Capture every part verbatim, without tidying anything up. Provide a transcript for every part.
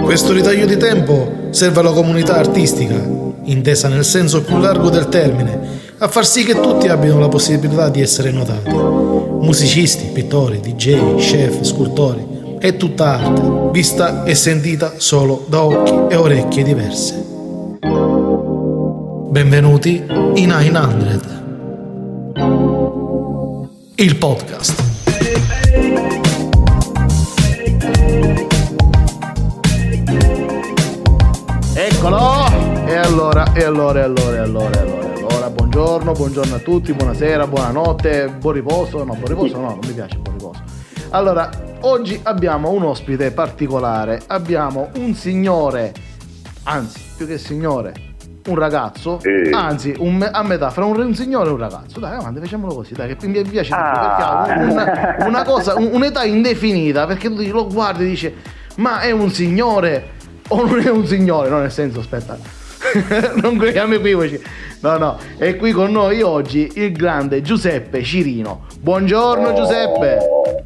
Questo ritaglio di tempo serve alla comunità artistica, intesa nel senso più largo del termine, a far sì che tutti abbiano la possibilità di essere notati. Musicisti, pittori, D J, chef, scultori, è tutta arte, vista e sentita solo da occhi e orecchie diverse. Benvenuti in novecento, il podcast. Eccolo! E allora, e allora, e allora, e allora, e allora, e allora, buongiorno, buongiorno a tutti, buonasera, buonanotte, buon riposo, no, buon riposo no, non mi piace buon riposo. Allora, oggi abbiamo un ospite particolare, abbiamo un signore, anzi, più che signore, un ragazzo, eh. anzi, un, a metà fra un, un signore e un ragazzo. Dai, avanti, facciamolo così, dai, che mi piace ah. perché ha una, una cosa, un, un'età indefinita, perché lui lo guarda e dice, ma è un signore o non è un signore? No, nel senso, aspetta, non creiamo equivoci. No, no, è qui con noi oggi il grande Giuseppe Cirino. Buongiorno, oh. Giuseppe.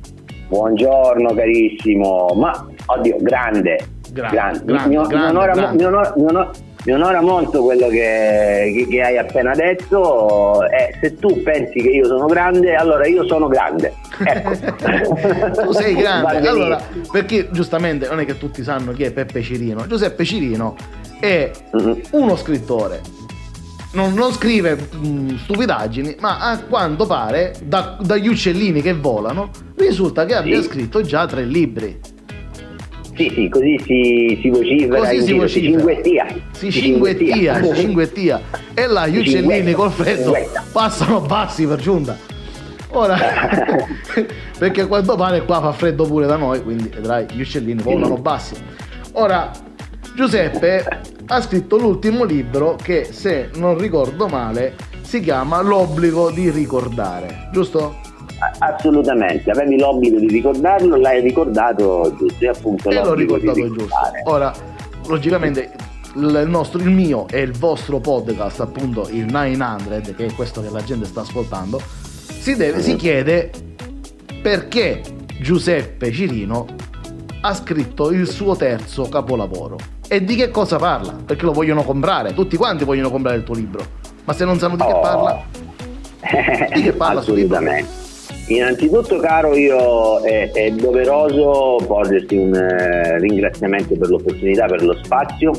Buongiorno carissimo, ma oddio, grande, grande, grande, grande, mi, grande, mi, onora, grande. Mi, onora, mi, onora, mi onora molto quello che, che, che hai appena detto. E se tu pensi che io sono grande, allora io sono grande. Ecco. Tu sei grande. Allora, perché giustamente non è che tutti sanno chi è Peppe Cirino. Giuseppe Cirino è mm-hmm. uno scrittore. Non, non scrive mh, stupidaggini, ma a quanto pare, da, dagli uccellini che volano, risulta che abbia sì. scritto già tre libri. Sì, sì, così si, si vocifera. Così si vocifera. Si cinguettia. Si cinguettia, si cinguettia. E là gli uccellini col freddo passano bassi per giunta. Ora, perché a quanto pare qua fa freddo pure da noi, quindi vedrai, gli uccellini volano bassi. Ora, Giuseppe ha scritto l'ultimo libro che, se non ricordo male, si chiama L'obbligo di ricordare, giusto? Assolutamente, avevi l'obbligo di ricordarlo, l'hai ricordato giusto, e appunto e l'ho ricordato giusto. Ora, logicamente il nostro, il mio e il vostro podcast, appunto il novecento, che è questo che la gente sta ascoltando, si deve, mm-hmm. si chiede perché Giuseppe Cirino ha scritto il suo terzo capolavoro e di che cosa parla, perché lo vogliono comprare, tutti quanti vogliono comprare il tuo libro, ma se non sanno di che oh. parla, di che parla assolutamente. Innanzitutto, caro, io è, è doveroso porgerti un eh, ringraziamento per l'opportunità, per lo spazio,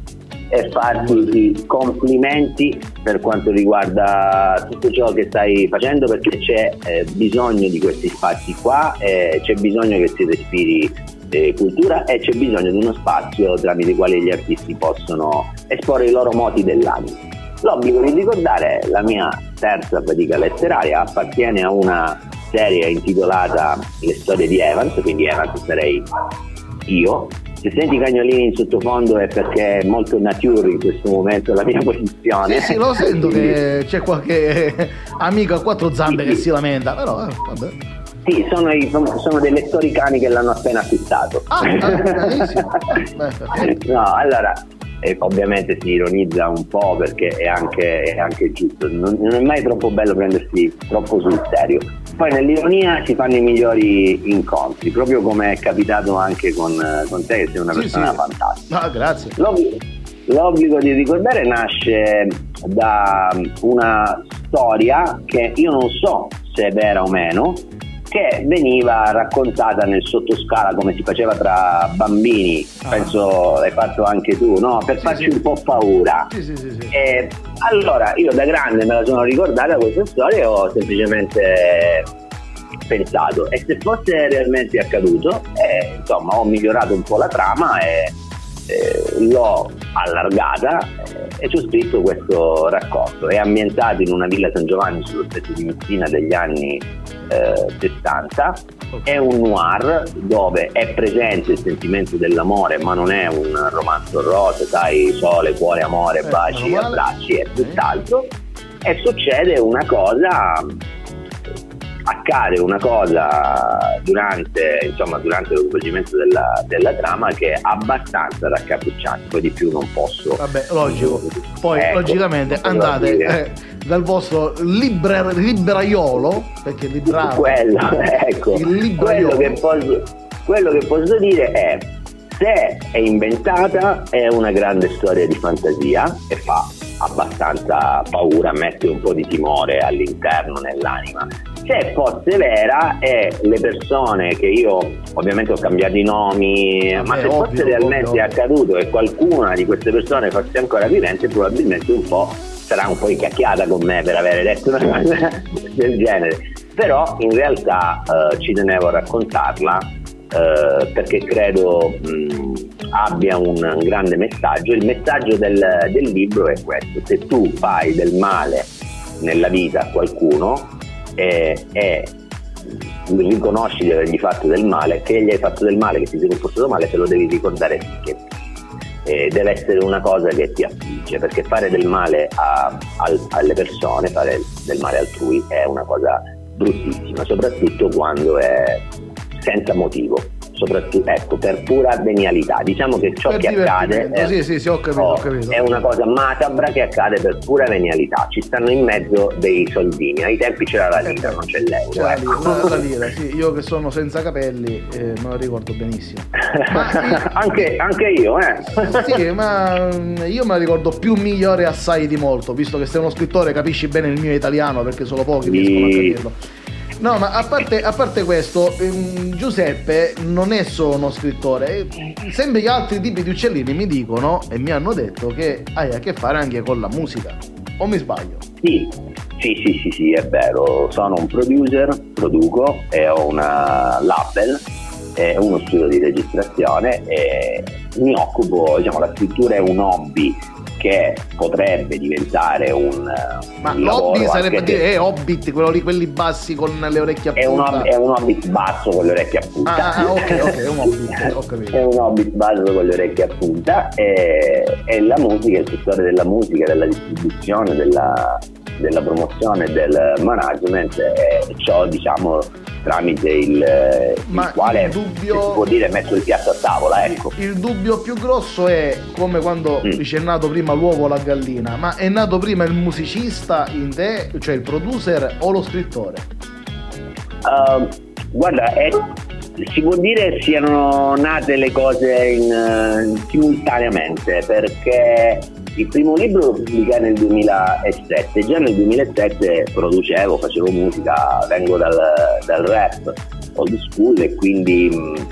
e farti i complimenti per quanto riguarda tutto ciò che stai facendo, perché c'è eh, bisogno di questi spazi qua, eh, c'è bisogno che si respiri eh, cultura, e c'è bisogno di uno spazio tramite il quale gli artisti possono esporre i loro moti dell'anima. L'obbligo di ricordare è la mia terza fatica letteraria, appartiene a una serie intitolata Le storie di Evans, quindi Evans sarei io. Se senti i cagnolini in sottofondo è perché è molto nature in questo momento la mia posizione. Sì, sì, lo sento che c'è qualche amico a quattro zampe sì, che sì. si lamenta, però eh, vabbè. Sì, sono, i, sono dei lettori cani che l'hanno appena acquistato. Ah, benissimo. Beh, no, allora, eh, ovviamente si ironizza un po' perché è anche, è anche giusto, non, non è mai troppo bello prendersi troppo sul serio. Poi nell'ironia si fanno i migliori incontri, proprio come è capitato anche con, con te, che sei una persona sì, sì. fantastica. Ah, grazie. L'obbligo, l'obbligo di ricordare nasce da una storia che io non so se è vera o meno, che veniva raccontata nel sottoscala come si faceva tra bambini, ah. penso l'hai fatto anche tu, no? Per sì, farci sì. un po' paura. Sì, sì, sì, sì. E allora io da grande me la sono ricordata questa storia e ho semplicemente pensato, e se fosse realmente accaduto, eh, insomma ho migliorato un po' la trama e eh, l'ho allargata eh, e ci ho scritto questo racconto. È ambientato in una villa San Giovanni sullo stretto di Messina degli anni eh, sessanta. È un noir dove è presente il sentimento dell'amore, ma non è un romanzo rosa, sai, sole, cuore, amore, eh, baci, abbracci, è tutt'altro. E succede una cosa accade una cosa durante insomma durante lo svolgimento della, della trama che è abbastanza raccapricciante, poi di più non posso. Vabbè, logico. Poi ecco, logicamente andate eh, dal vostro librer, libraiolo, perché libraio quello ecco il libraiolo. quello che posso quello che posso dire è Se è inventata è una grande storia di fantasia e fa abbastanza paura, mette un po' di timore all'interno nell'anima. Se fosse vera, è le persone che io ovviamente ho cambiato i nomi, eh, ma se ovvio, fosse realmente ovvio, accaduto e qualcuna di queste persone fosse ancora vivente, probabilmente un po' sarà un po' incacchiata con me per avere detto una cosa del genere. Però in realtà eh, ci tenevo a raccontarla eh, perché credo mh, abbia un, un grande messaggio. Il messaggio del, del libro è questo: se tu fai del male nella vita a qualcuno e, e riconosci di avergli fatto del male, che gli hai fatto del male, che ti sei comportato male, te lo devi ricordare che eh, deve essere una cosa che ti affligge, perché fare del male a, a, alle persone, fare del male altrui è una cosa bruttissima, soprattutto quando è senza motivo, soprattutto ecco per pura venialità. Diciamo che ciò per che accade è, sì, sì, sì, ho capito, oh, ho capito. è una cosa macabra che accade per pura venialità. Ci stanno in mezzo dei soldini, ai tempi c'era la lira, eh, non c'è l'euro, c'era ecco. la, la lira, sì. Io che sono senza capelli eh, me lo ricordo benissimo. Ma anche, anche io eh sì, ma io me la ricordo più migliore assai di molto, visto che sei uno scrittore capisci bene il mio italiano, perché solo pochi sì. riescono a capirlo. No, ma a parte, a parte questo, ehm, Giuseppe non è solo uno scrittore, sempre gli altri tipi di uccellini mi dicono e mi hanno detto che hai a che fare anche con la musica, o mi sbaglio? Sì, sì, sì, sì, sì, è vero, sono un producer, produco e ho una label, è uno studio di registrazione e mi occupo, diciamo, la scrittura è un hobby che potrebbe diventare un, ma un l'hobby sarebbe che... dire è Hobbit, quello lì, quelli bassi con le orecchie a punta. È un, hobby, è un Hobbit basso con le orecchie a punta. Ah, ah ok, ok, è un Hobbit, ho capito. È un Hobbit basso con le orecchie a punta e, e la musica, il settore della musica, della distribuzione, della, della promozione, del management e ciò, diciamo, tramite il, ma il quale il dubbio, si può dire metto il piatto a tavola, ecco. Il, il dubbio più grosso è come quando mm. dice è nato prima l'uovo o la gallina, ma è nato prima il musicista in te, cioè il producer, o lo scrittore? Uh, guarda, è, si può dire siano nate le cose in, uh, simultaneamente, perché il primo libro lo pubblicai nel duemilasette, già nel duemilasette producevo, facevo musica, vengo dal, dal rap old school e quindi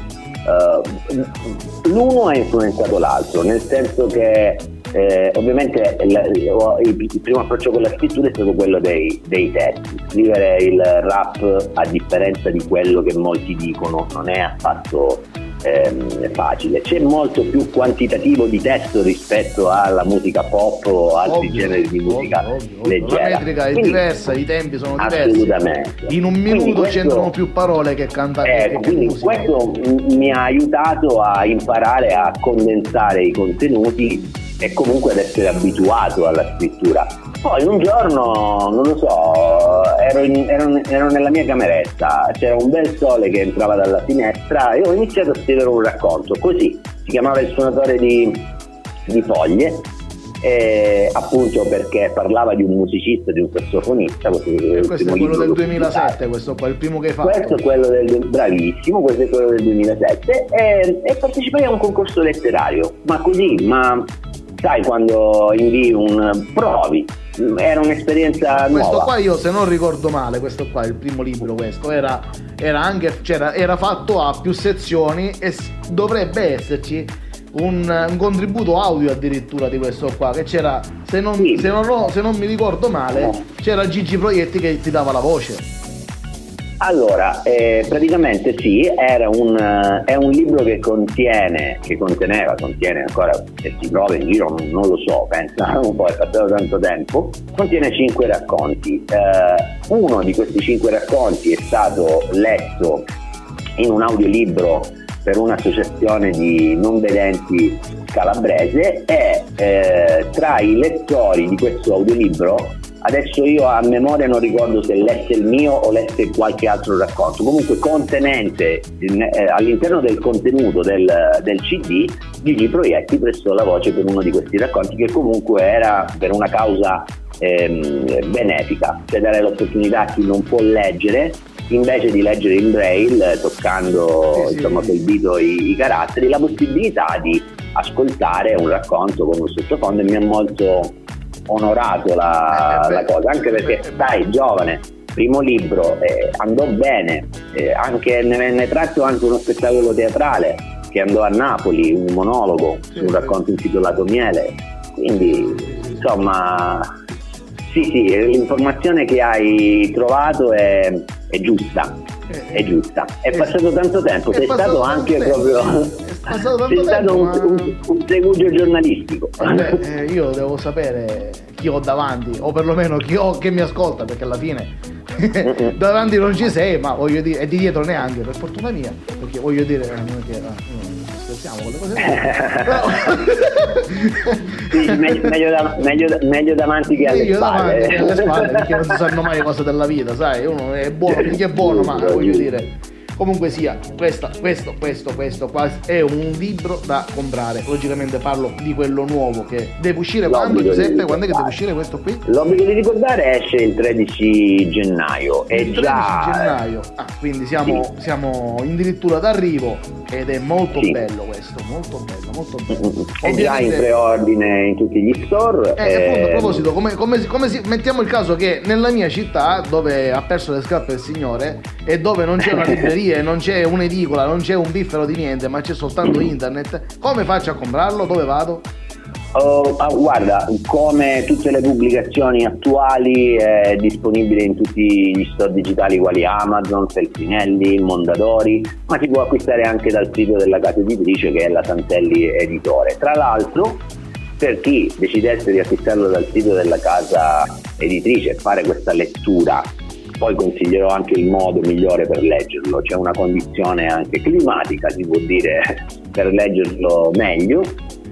uh, l'uno ha influenzato l'altro, nel senso che eh, ovviamente il, il, il primo approccio con la scrittura è stato quello dei, dei testi. Scrivere il rap, a differenza di quello che molti dicono, non è affatto Ehm, facile, c'è molto più quantitativo di testo rispetto alla musica pop o altri ovvio, generi di musica ovvio, ovvio, leggera. La metrica è quindi, diversa, i tempi sono diversi. Assolutamente. In un minuto questo, c'entrano più parole che cantare. Eh, quindi musica. Questo mi ha aiutato a imparare a condensare i contenuti e comunque ad essere abituato alla scrittura. Poi un giorno, non lo so, ero, in, ero, ero nella mia cameretta, c'era un bel sole che entrava dalla finestra e ho iniziato a scrivere un racconto, così, si chiamava Il suonatore di, di foglie, e appunto perché parlava di un musicista, di un sassofonista. Questo è quello del duemilasette, questo qua, il primo che hai fatto. Questo è quello del, bravissimo, questo è quello del duemilasette e, e partecipai a un concorso letterario, ma così, ma sai quando invii un provi, era un'esperienza nuova. Questo qua io, se non ricordo male, questo qua, il primo libro, questo era, era anche, c'era, era fatto a più sezioni e dovrebbe esserci un, un contributo audio addirittura di questo qua, che c'era, se non, sì. se non, ho, se non mi ricordo male, no. C'era Gigi Proietti che ti dava la voce. Allora, eh, praticamente sì, era un, uh, è un libro che contiene, che conteneva, contiene ancora, se si trova in giro, non, non lo so, pensa un po', è passato tanto tempo, contiene cinque racconti. Uh, uno di questi cinque racconti è stato letto in un audiolibro per un'associazione di non vedenti calabrese e eh, tra i lettori di questo audiolibro, adesso io a memoria non ricordo se lesse il mio o lesse qualche altro racconto, comunque contenente eh, all'interno del contenuto del, del C D, Gigi Proietti prestò la voce per uno di questi racconti, che comunque era per una causa ehm, benefica, cioè dare l'opportunità a chi non può leggere invece di leggere in braille, toccando sì, insomma sì. col dito i, i caratteri, la possibilità di ascoltare un racconto con un sottofondo, e mi ha molto onorato la, Eh, beh, la cosa, anche perché eh, dai, giovane, primo libro, eh, andò bene, eh, anche ne venne tratto anche uno spettacolo teatrale che andò a Napoli, un monologo Sì, su un sì. racconto intitolato Miele, quindi insomma sì sì, l'informazione che hai trovato è, è giusta, è giusta, è Eh, passato tanto tempo, è sei passato stato tanto anche tempo, proprio sì, è passato tanto sei stato tempo, un, ma- un, un segugio giornalistico. Vabbè, eh, io devo sapere chi ho davanti, o perlomeno chi ho che mi ascolta, perché alla fine davanti non ci sei, ma voglio dire, e di dietro neanche, per fortuna mia, perché voglio dire, eh, non è che ah, non scherziamo con le cose però Sì, meglio, meglio, da- meglio, meglio davanti che alle io spalle. davanti alle spalle, perché non si sanno mai cose della vita, sai, uno è buono finché è buono, ma Giusto, voglio giusto. dire, comunque sia, questa, questo, questo, questo qua è un libro da comprare. Logicamente parlo di quello nuovo che deve uscire quando, L'obbligo di Giuseppe? Quando è che deve ricordare. uscire questo qui? L'obbligo di ricordare esce il tredici gennaio, è Il tredici già gennaio. Ah, quindi siamo, Sì. siamo addirittura d'arrivo ed è molto Sì. bello questo, molto bello, molto bello. è già in Ovviamente- preordine in tutti gli store. Eh, appunto, a eh, proposito, come, come si- come si- mettiamo il caso che nella mia città, dove ha perso le scarpe il signore e dove non c'è una libreria, e non c'è un'edicola, non c'è un biffero di niente, ma c'è soltanto internet, come faccio a comprarlo? Dove vado? Oh, ah, guarda, come tutte le pubblicazioni attuali è disponibile in tutti gli store digitali quali Amazon, Feltrinelli, Mondadori, ma si può acquistare anche dal sito della casa editrice che è la Santelli Editore. Tra l'altro, per chi decidesse di acquistarlo dal sito della casa editrice e fare questa lettura, poi consiglierò anche il modo migliore per leggerlo, c'è una condizione anche climatica, si può dire, per leggerlo meglio.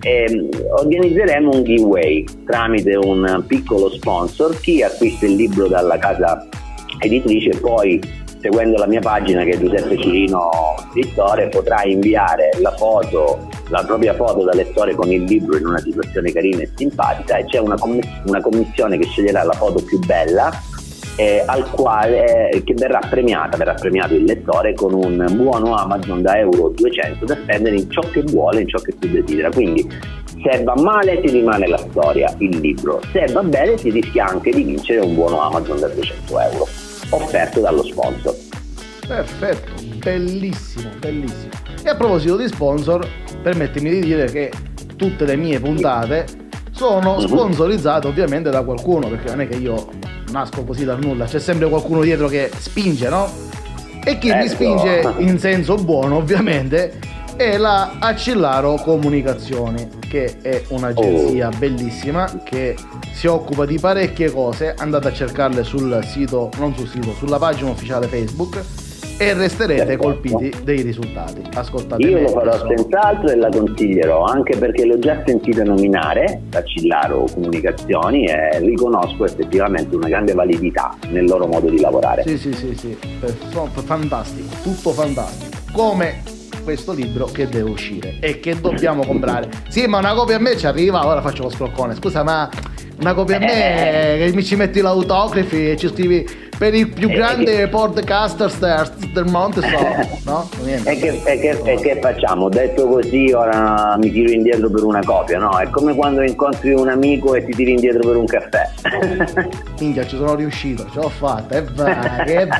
E organizzeremo un giveaway tramite un piccolo sponsor. Chi acquista il libro dalla casa editrice, poi seguendo la mia pagina che è Giuseppe Cirino Scrittore, potrà inviare la foto, la propria foto da lettore con il libro in una situazione carina e simpatica, e c'è una, commiss- una commissione che sceglierà la foto più bella, eh, al quale eh, che verrà premiata, verrà premiato il lettore con un buono Amazon da euro duecento da spendere in ciò che vuole, in ciò che più desidera. Quindi se va male ti rimane la storia, il libro, se va bene si rischia anche di vincere un buono Amazon da duecento euro offerto dallo sponsor. Perfetto, bellissimo, bellissimo. E a proposito di sponsor, permettimi di dire che tutte le mie puntate sono sponsorizzate ovviamente da qualcuno, perché non è che io nasco così dal nulla, c'è sempre qualcuno dietro che spinge, no? E chi mi Ecco. spinge in senso buono ovviamente è la Accillaro Comunicazioni, che è un'agenzia bellissima che si occupa di parecchie cose. Andate a cercarle sul sito, non sul sito, sulla pagina ufficiale Facebook e resterete Perfetto. colpiti dei risultati. Ascoltate Io me, lo farò adesso. senz'altro e la consiglierò, anche perché l'ho già sentita nominare da Accillaro Comunicazioni e riconosco effettivamente una grande validità nel loro modo di lavorare. Sì, sì, sì, sì, per- so- fantastico, tutto fantastico. Come questo libro che deve uscire e che dobbiamo comprare. Sì, ma una copia a me ci arriva, ora faccio lo scroccone. Scusa, ma una copia a me che mi ci metti l'autografi e ci scrivi per il più grande podcaster del mondo, so, no? Niente. E che, e, che, e che facciamo? Detto così ora mi tiro indietro per una copia, no? È come quando incontri un amico e ti tiri indietro per un caffè. Minchia, ci sono riuscito, ce l'ho fatta, e vai, e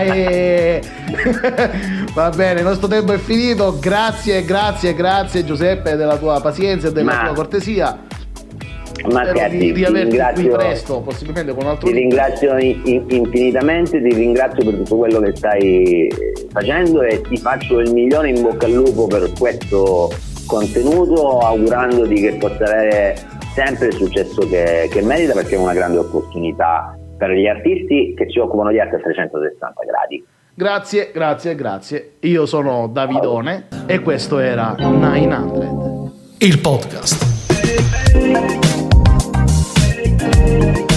vai. Va bene, il nostro tempo è finito. Grazie, grazie, grazie Giuseppe della tua pazienza e della Ma- tua cortesia. Ma Spero scherzi, di, di ti averti qui ringrazio, presto, possibilmente con un altro ti libro. ringrazio in- in- infinitamente, ti ringrazio per tutto quello che stai facendo e ti faccio il migliore in bocca al lupo per questo contenuto, augurandoti che possa avere sempre il successo che, che merita, perché è una grande opportunità per gli artisti che si occupano di arte a trecentosessanta gradi. Grazie, grazie, grazie. Io sono Davidone e questo era novecento. Il podcast.